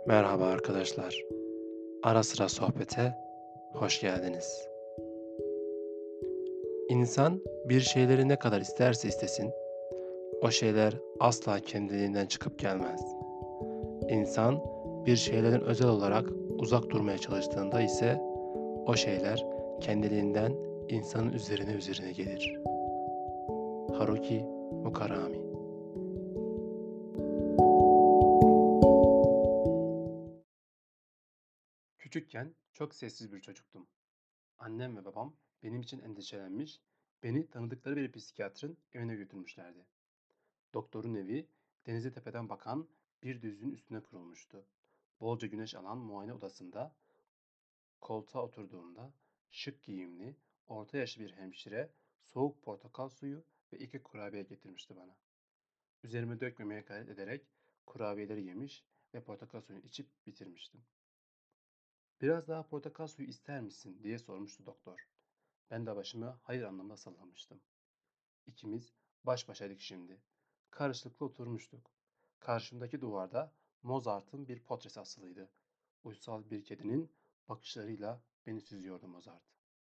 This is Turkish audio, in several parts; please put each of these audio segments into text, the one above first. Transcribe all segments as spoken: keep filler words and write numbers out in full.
Merhaba arkadaşlar. Ara sıra sohbete hoş geldiniz. İnsan bir şeyleri ne kadar isterse istesin, o şeyler asla kendiliğinden çıkıp gelmez. İnsan bir şeylerin özel olarak uzak durmaya çalıştığında ise o şeyler kendiliğinden insanın üzerine üzerine gelir. Haruki Murakami. Küçükken çok sessiz bir çocuktum. Annem ve babam benim için endişelenmiş, beni tanıdıkları bir psikiyatrın evine götürmüşlerdi. Doktorun evi denize tepeden bakan bir düzlüğün üstüne kurulmuştu. Bolca güneş alan muayene odasında koltuğa oturduğumda şık giyimli, orta yaşlı bir hemşire soğuk portakal suyu ve iki kurabiye getirmişti bana. Üzerime dökmemeye gayret ederek kurabiyeleri yemiş ve portakal suyunu içip bitirmiştim. Biraz daha portakal suyu ister misin diye sormuştu doktor. Ben de başımı hayır anlamda sallamıştım. İkimiz baş başaydık şimdi. Karşılıklı oturmuştuk. Karşımdaki duvarda Mozart'ın bir portresi asılıydı. Uysal bir kedinin bakışlarıyla beni süzüyordu Mozart.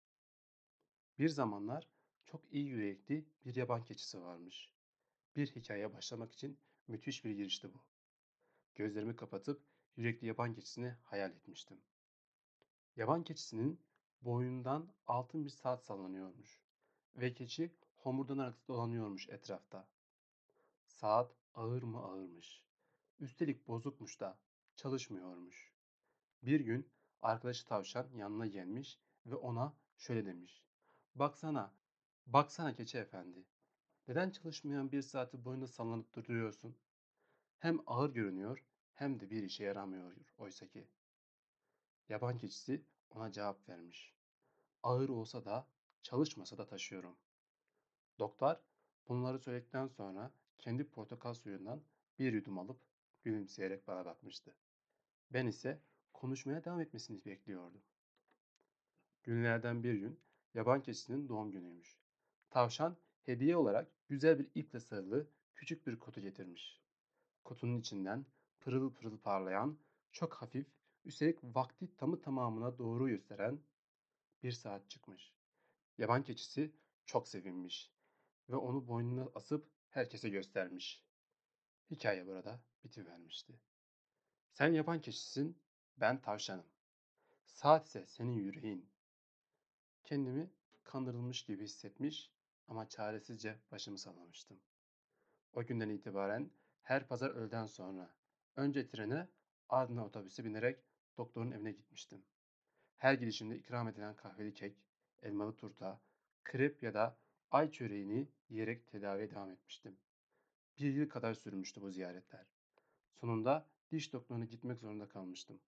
Bir zamanlar çok iyi yürekli bir yaban keçisi varmış. Bir hikayeye başlamak için müthiş bir girişti bu. Gözlerimi kapatıp yürekli yaban keçisini hayal etmiştim. Yaban keçisinin boynundan altın bir saat sallanıyormuş ve keçi homurdanarak dolanıyormuş etrafta. Saat ağır mı ağırmış. Üstelik bozukmuş da çalışmıyormuş. Bir gün arkadaşı tavşan yanına gelmiş ve ona şöyle demiş. Baksana, baksana keçi efendi. Neden çalışmayan bir saati boyunca sallanıp duruyorsun? Hem ağır görünüyor hem de bir işe yaramıyor oysa ki. Yaban keçisi ona cevap vermiş. Ağır olsa da çalışmasa da taşıyorum. Doktor bunları söyledikten sonra kendi portakal suyundan bir yudum alıp gülümseyerek bana bakmıştı. Ben ise konuşmaya devam etmesini bekliyordum. Günlerden bir gün yaban keçisinin doğum günüymüş. Tavşan hediye olarak güzel bir iple sarılı küçük bir kutu getirmiş. Kutunun içinden pırıl pırıl parlayan, çok hafif, üstelik vakti tamı tamamına doğru gösteren bir saat çıkmış. Yaban keçisi çok sevinmiş ve onu boynuna asıp herkese göstermiş. Hikaye burada bitivermişti. Sen yaban keçisin, ben tavşanım. Saat ise senin yüreğin. Kendimi kandırılmış gibi hissetmiş ama çaresizce başımı sallamıştım. O günden itibaren her pazar öğleden sonra önce trene ardından otobüse binerek doktorun evine gitmiştim. Her gidişimde ikram edilen kahveli kek, elmalı turta, krep ya da ay çöreğini yiyerek tedaviye devam etmiştim. Bir yıl kadar sürmüştü bu ziyaretler. Sonunda diş doktoruna gitmek zorunda kalmıştım.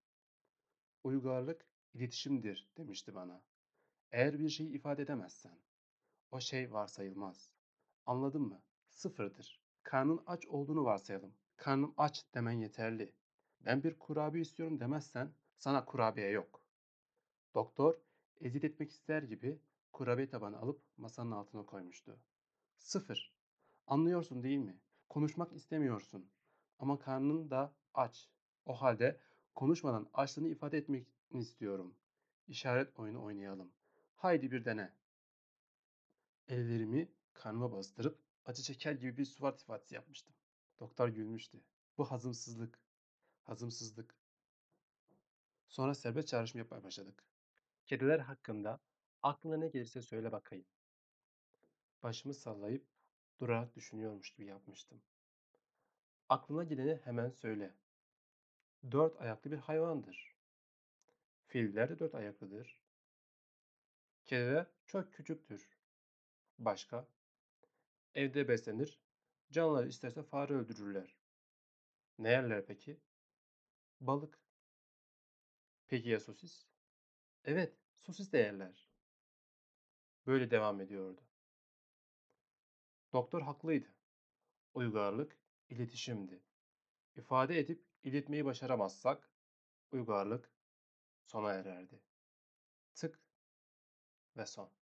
Uygarlık iletişimdir demişti bana. Eğer bir şeyi ifade edemezsen, o şey varsayılmaz. Anladın mı? Sıfırdır. Karnın aç olduğunu varsayalım. Karnım aç demen yeterli. Ben bir kurabiye istiyorum demezsen sana kurabiye yok. Doktor eziyet etmek ister gibi kurabiye tabanı alıp masanın altına koymuştu. Sıfır. Anlıyorsun değil mi? Konuşmak istemiyorsun. Ama karnın da aç. O halde konuşmadan açlığını ifade etmek istiyorum. İşaret oyunu oynayalım. Haydi bir dene. Ellerimi karnıma bastırıp acı çeker gibi bir surat ifadesi yapmıştım. Doktor gülmüştü. Bu hazımsızlık. Hazımsızlık. Sonra serbest çağrışım yapmaya başladık. Kediler hakkında aklına ne gelirse söyle bakayım. Başımı sallayıp durarak düşünüyormuş gibi yapmıştım. Aklına geleni hemen söyle. Dört ayaklı bir hayvandır. Filler de dört ayaklıdır. Kediler çok küçüktür. Başka? Evde beslenir. Canları isterse fare öldürürler. Ne yerler peki? Balık. Peki ya sosis? Evet, sosis de yerler. Böyle devam ediyordu. Doktor haklıydı. Uygarlık iletişimdi. İfade edip iletmeyi başaramazsak uygarlık sona ererdi. Tık ve son.